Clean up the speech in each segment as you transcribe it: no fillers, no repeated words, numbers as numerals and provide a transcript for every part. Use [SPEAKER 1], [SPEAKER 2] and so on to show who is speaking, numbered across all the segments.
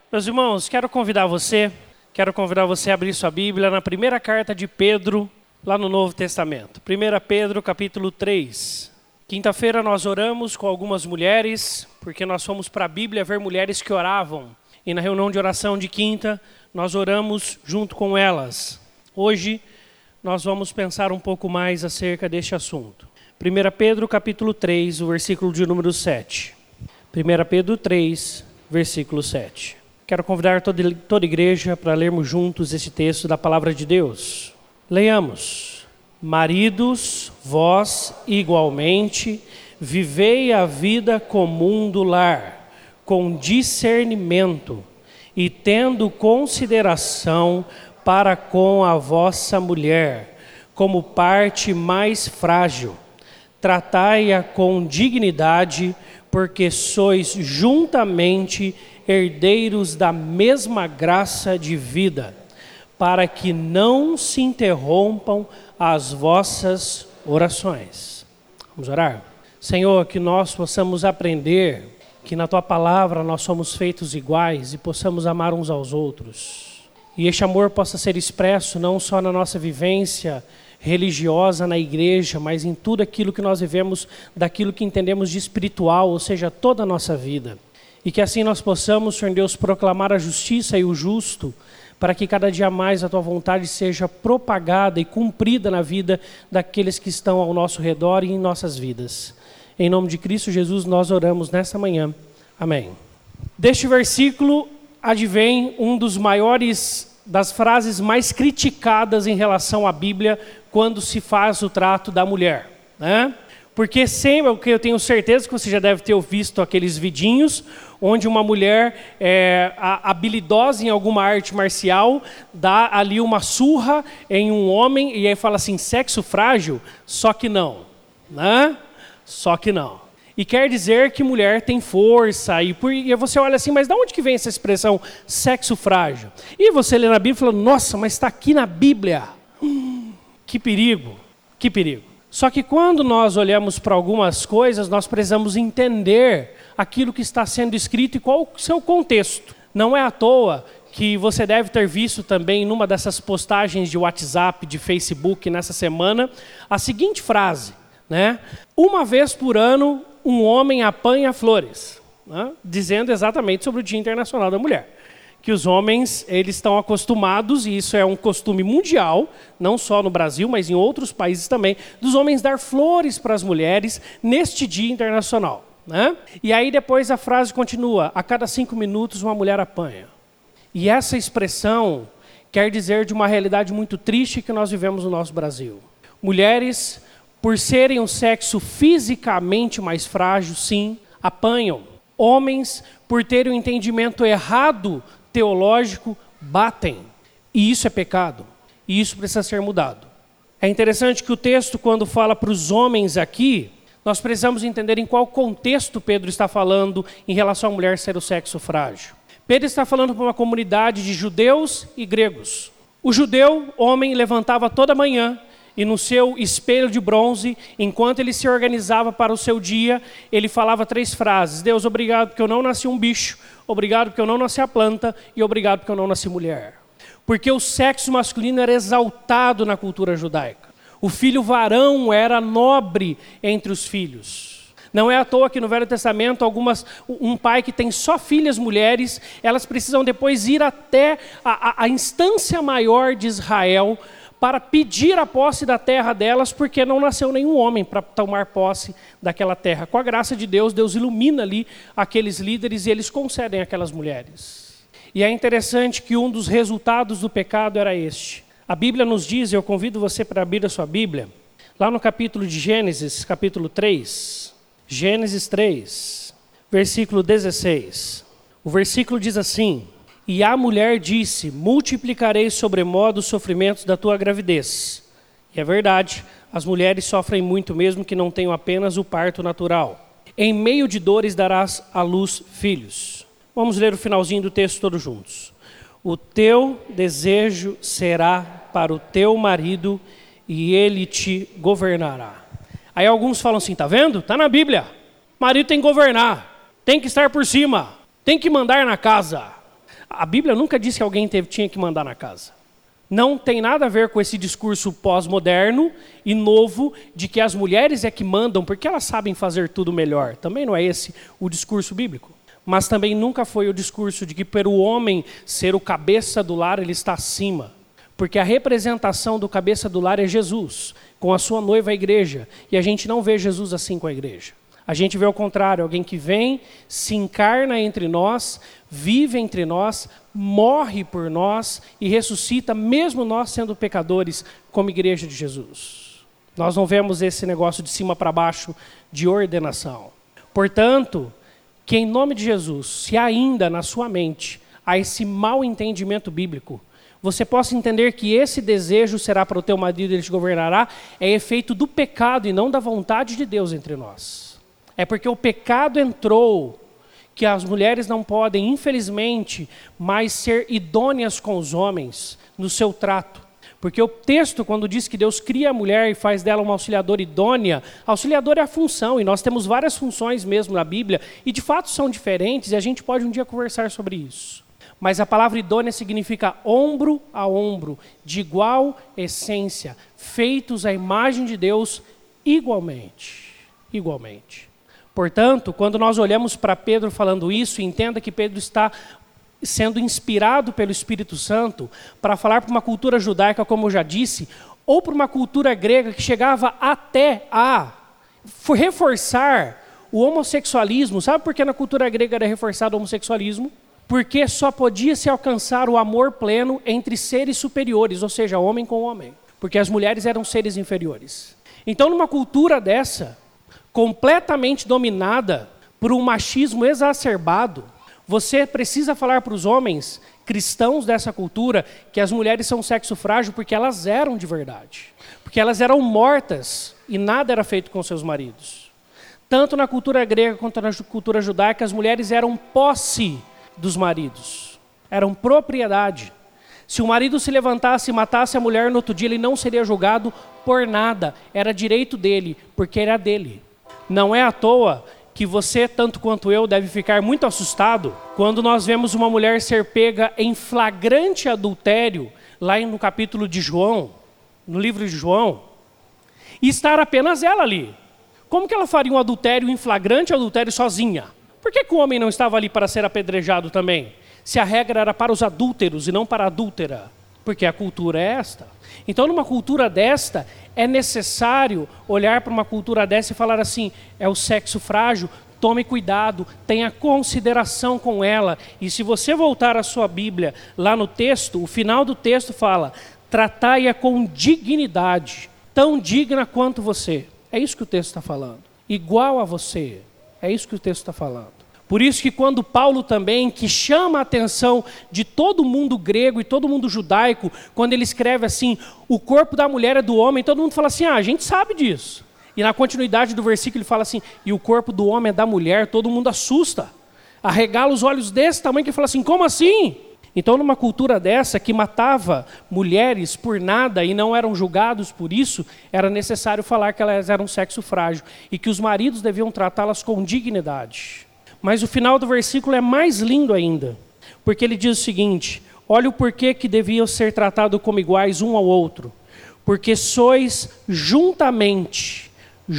[SPEAKER 1] Meus irmãos, quero convidar você a abrir sua Bíblia na primeira carta de Pedro, lá no Novo Testamento. 1 Pedro, capítulo 3. Quinta-feira nós oramos com algumas mulheres, porque nós fomos para a Bíblia ver mulheres que oravam. E na reunião de oração de quinta, nós oramos junto com elas. Hoje, nós vamos pensar um pouco mais acerca deste assunto. 1 Pedro, capítulo 3, o versículo de número 7. 1 Pedro 3, versículo 7. Quero convidar toda a igreja para lermos juntos esse texto da palavra de Deus. Leiamos. Maridos, vós igualmente, vivei a vida comum do lar, com discernimento e tendo consideração para com a vossa mulher, como parte mais frágil. Tratai-a com dignidade, porque sois juntamente herdeiros da mesma graça de vida, para que não se interrompam as vossas orações. Vamos orar? Senhor, que nós possamos aprender que na Tua palavra nós somos feitos iguais e possamos amar uns aos outros. E este amor possa ser expresso não só na nossa vivência religiosa na igreja, mas em tudo aquilo que nós vivemos, daquilo que entendemos de espiritual, ou seja, toda a nossa vida. E que assim nós possamos, Senhor Deus, proclamar a justiça e o justo, para que cada dia mais a Tua vontade seja propagada e cumprida na vida daqueles que estão ao nosso redor e em nossas vidas. Em nome de Cristo Jesus nós oramos nesta manhã. Amém. Deste versículo advém das frases mais criticadas em relação à Bíblia quando se faz o trato da mulher, né? Porque sempre, o que eu tenho certeza que você já deve ter visto aqueles vidinhos onde uma mulher habilidosa em alguma arte marcial dá ali uma surra em um homem e aí fala assim, sexo frágil, só que não, né? Só que não. E quer dizer que mulher tem força, e você olha assim, mas de onde que vem essa expressão sexo frágil? E você lê na Bíblia e fala, nossa, mas está aqui na Bíblia. Que perigo, que perigo. Só que quando nós olhamos para algumas coisas, nós precisamos entender aquilo que está sendo escrito e qual o seu contexto. Não é à toa que você deve ter visto também numa dessas postagens de WhatsApp, de Facebook nessa semana, a seguinte frase, né? Uma vez por ano, um homem apanha flores, né? Dizendo exatamente sobre o Dia Internacional da Mulher. Que os homens, eles estão acostumados, e isso é um costume mundial, não só no Brasil, mas em outros países também, dos homens dar flores para as mulheres neste Dia Internacional, né? E aí depois a frase continua, a cada 5 minutos uma mulher apanha. E essa expressão quer dizer de uma realidade muito triste que nós vivemos no nosso Brasil. Mulheres, por serem um sexo fisicamente mais frágil, sim, apanham. Homens, por terem um entendimento errado teológico, batem. E isso é pecado. E isso precisa ser mudado. É interessante que o texto, quando fala para os homens aqui, nós precisamos entender em qual contexto Pedro está falando em relação à mulher ser o sexo frágil. Pedro está falando para uma comunidade de judeus e gregos. O judeu, homem, levantava toda manhã e no seu espelho de bronze, enquanto ele se organizava para o seu dia, ele falava 3 frases. Deus, obrigado porque eu não nasci um bicho, obrigado porque eu não nasci a planta e obrigado porque eu não nasci mulher. Porque o sexo masculino era exaltado na cultura judaica. O filho varão era nobre entre os filhos. Não é à toa que no Velho Testamento, um pai que tem só filhas mulheres, elas precisam depois ir até a instância maior de Israel para pedir a posse da terra delas, porque não nasceu nenhum homem para tomar posse daquela terra. Com a graça de Deus, Deus ilumina ali aqueles líderes e eles concedem aquelas mulheres. E é interessante que um dos resultados do pecado era este. A Bíblia nos diz, eu convido você para abrir a sua Bíblia, lá no capítulo de Gênesis, capítulo 3, Gênesis 3, versículo 16. O versículo diz assim, e a mulher disse, multiplicarei sobremodo os sofrimentos da tua gravidez. E é verdade, as mulheres sofrem muito mesmo que não tenham apenas o parto natural. Em meio de dores darás à luz filhos. Vamos ler o finalzinho do texto todos juntos. O teu desejo será para o teu marido e ele te governará. Aí alguns falam assim, tá vendo? Tá na Bíblia. Marido tem que governar, tem que estar por cima, tem que mandar na casa. A Bíblia nunca disse que alguém tinha que mandar na casa. Não tem nada a ver com esse discurso pós-moderno e novo de que as mulheres é que mandam porque elas sabem fazer tudo melhor. Também não é esse o discurso bíblico. Mas também nunca foi o discurso de que para o homem ser o cabeça do lar, ele está acima. Porque a representação do cabeça do lar é Jesus, com a sua noiva, a igreja. E a gente não vê Jesus assim com a igreja. A gente vê ao contrário, alguém que vem, se encarna entre nós, vive entre nós, morre por nós e ressuscita, mesmo nós sendo pecadores, como igreja de Jesus. Nós não vemos esse negócio de cima para baixo de ordenação. Portanto, que em nome de Jesus, se ainda na sua mente há esse mau entendimento bíblico, você possa entender que esse desejo será para o teu marido, ele te governará, é efeito do pecado e não da vontade de Deus entre nós. É porque o pecado entrou, que as mulheres não podem, infelizmente, mais ser idôneas com os homens no seu trato. Porque o texto, quando diz que Deus cria a mulher e faz dela uma auxiliadora idônea, auxiliadora é a função, e nós temos várias funções mesmo na Bíblia, e de fato são diferentes, e a gente pode um dia conversar sobre isso. Mas a palavra idônea significa ombro a ombro, de igual essência, feitos à imagem de Deus igualmente. Igualmente. Portanto, quando nós olhamos para Pedro falando isso, entenda que Pedro está sendo inspirado pelo Espírito Santo para falar para uma cultura judaica, como eu já disse, ou para uma cultura grega que chegava até a reforçar o homossexualismo. Sabe por que na cultura grega era reforçado o homossexualismo? Porque só podia se alcançar o amor pleno entre seres superiores, ou seja, homem com homem. Porque as mulheres eram seres inferiores. Então, numa cultura dessa, completamente dominada por um machismo exacerbado, você precisa falar para os homens cristãos dessa cultura que as mulheres são sexo frágil porque elas eram de verdade. Porque elas eram mortas e nada era feito com seus maridos. Tanto na cultura grega quanto na cultura judaica, as mulheres eram posse dos maridos. Eram propriedade. Se o marido se levantasse e matasse a mulher no outro dia, ele não seria julgado por nada. Era direito dele, porque era dele. Não é à toa que você, tanto quanto eu, deve ficar muito assustado quando nós vemos uma mulher ser pega em flagrante adultério, lá no capítulo de João, no livro de João, e estar apenas ela ali. Como que ela faria um adultério em flagrante adultério sozinha? Por que o homem não estava ali para ser apedrejado também? Se a regra era para os adúlteros e não para a adúltera. Porque a cultura é esta. Então, numa cultura desta, é necessário olhar para uma cultura dessa e falar assim, é o sexo frágil, tome cuidado, tenha consideração com ela. E se você voltar à sua Bíblia, lá no texto, o final do texto fala, tratai-a com dignidade, tão digna quanto você. É isso que o texto está falando. Igual a você. É isso que o texto está falando. Por isso que quando Paulo também, que chama a atenção de todo mundo grego e todo mundo judaico, quando ele escreve assim, o corpo da mulher é do homem, todo mundo fala assim, a gente sabe disso. E na continuidade do versículo ele fala assim, e o corpo do homem é da mulher, todo mundo assusta. Arregala os olhos desse tamanho que ele fala assim, como assim? Então numa cultura dessa que matava mulheres por nada e não eram julgados por isso, era necessário falar que elas eram sexo frágil e que os maridos deviam tratá-las com dignidade. Mas o final do versículo é mais lindo ainda, porque ele diz o seguinte, olha o porquê que deviam ser tratados como iguais um ao outro, porque sois juntamente,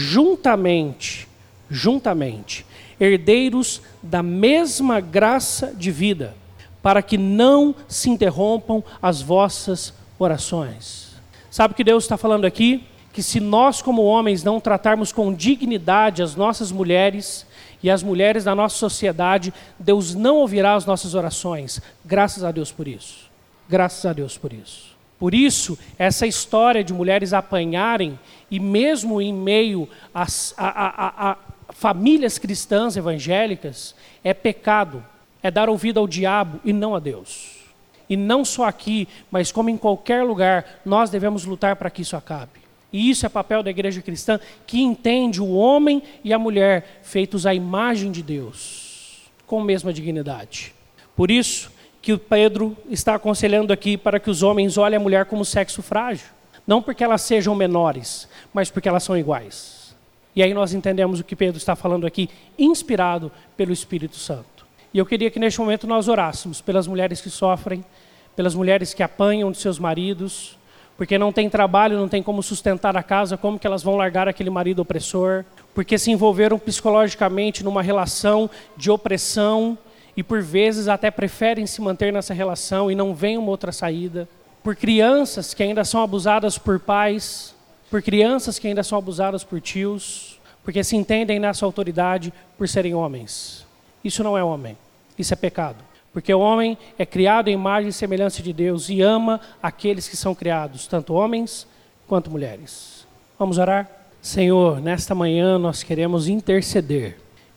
[SPEAKER 1] herdeiros da mesma graça de vida, para que não se interrompam as vossas orações. Sabe o que Deus está falando aqui? Que se nós como homens não tratarmos com dignidade as nossas mulheres e as mulheres da nossa sociedade, Deus não ouvirá as nossas orações. Graças a Deus por isso. Graças a Deus por isso. Por isso, essa história de mulheres apanharem, e mesmo em meio a famílias cristãs evangélicas, é pecado. É dar ouvido ao diabo e não a Deus. E não só aqui, mas como em qualquer lugar, nós devemos lutar para que isso acabe. E isso é papel da igreja cristã, que entende o homem e a mulher feitos à imagem de Deus, com a mesma dignidade. Por isso que o Pedro está aconselhando aqui para que os homens olhem a mulher como sexo frágil. Não porque elas sejam menores, mas porque elas são iguais. E aí nós entendemos o que Pedro está falando aqui, inspirado pelo Espírito Santo. E eu queria que neste momento nós orássemos pelas mulheres que sofrem, pelas mulheres que apanham de seus maridos, porque não tem trabalho, não tem como sustentar a casa, como que elas vão largar aquele marido opressor, porque se envolveram psicologicamente numa relação de opressão e por vezes até preferem se manter nessa relação e não veem uma outra saída, por crianças que ainda são abusadas por pais, por crianças que ainda são abusadas por tios, porque se entendem nessa autoridade por serem homens. Isso não é homem, isso é pecado. Porque o homem é criado em imagem e semelhança de Deus e ama aqueles que são criados, tanto homens quanto mulheres. Vamos orar? Senhor, nesta manhã nós queremos interceder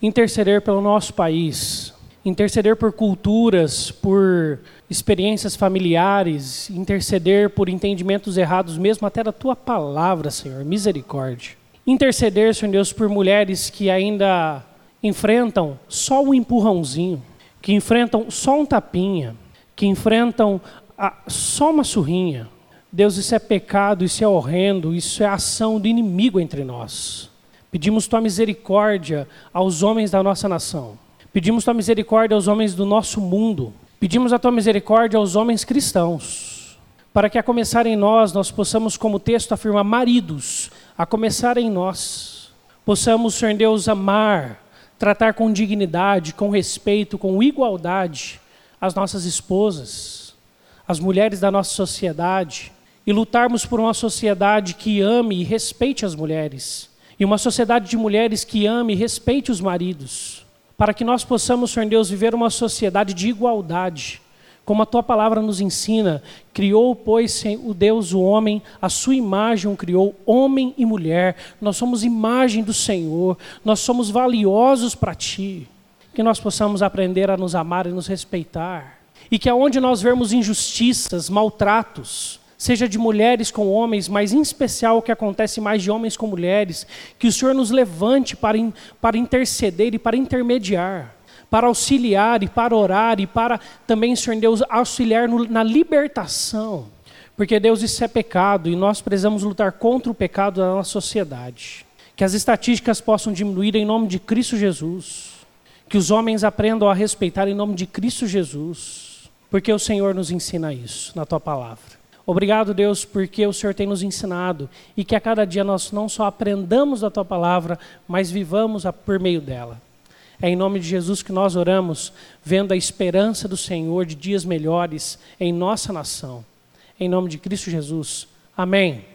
[SPEAKER 1] pelo nosso país, interceder por culturas, por experiências familiares, interceder por entendimentos errados mesmo até da Tua palavra, Senhor, misericórdia. Interceder, Senhor Deus, por mulheres que ainda enfrentam só um empurrãozinho, que enfrentam só um tapinha, que enfrentam só uma surrinha. Deus, isso é pecado, isso é horrendo, isso é ação do inimigo entre nós. Pedimos Tua misericórdia aos homens da nossa nação. Pedimos Tua misericórdia aos homens do nosso mundo. Pedimos a Tua misericórdia aos homens cristãos, para que a começar em nós possamos, como o texto afirma, maridos, a começar em nós, possamos, Senhor Deus, amar, tratar com dignidade, com respeito, com igualdade as nossas esposas, as mulheres da nossa sociedade, e lutarmos por uma sociedade que ame e respeite as mulheres, e uma sociedade de mulheres que ame e respeite os maridos, para que nós possamos, Senhor Deus, viver uma sociedade de igualdade, como a Tua palavra nos ensina. Criou, pois, o Deus, o homem, a sua imagem o criou, homem e mulher. Nós somos imagem do Senhor, nós somos valiosos para Ti. Que nós possamos aprender a nos amar e nos respeitar. E que aonde nós vermos injustiças, maltratos, seja de mulheres com homens, mas em especial o que acontece mais de homens com mulheres, que o Senhor nos levante para interceder e para intermediar, para auxiliar e para orar e para também, Senhor Deus, auxiliar na libertação. Porque, Deus, isso é pecado e nós precisamos lutar contra o pecado da nossa sociedade. Que as estatísticas possam diminuir em nome de Cristo Jesus. Que os homens aprendam a respeitar em nome de Cristo Jesus. Porque o Senhor nos ensina isso na Tua palavra. Obrigado, Deus, porque o Senhor tem nos ensinado e que a cada dia nós não só aprendamos da Tua palavra, mas vivamos por meio dela. É em nome de Jesus que nós oramos, vendo a esperança do Senhor de dias melhores em nossa nação. Em nome de Cristo Jesus. Amém.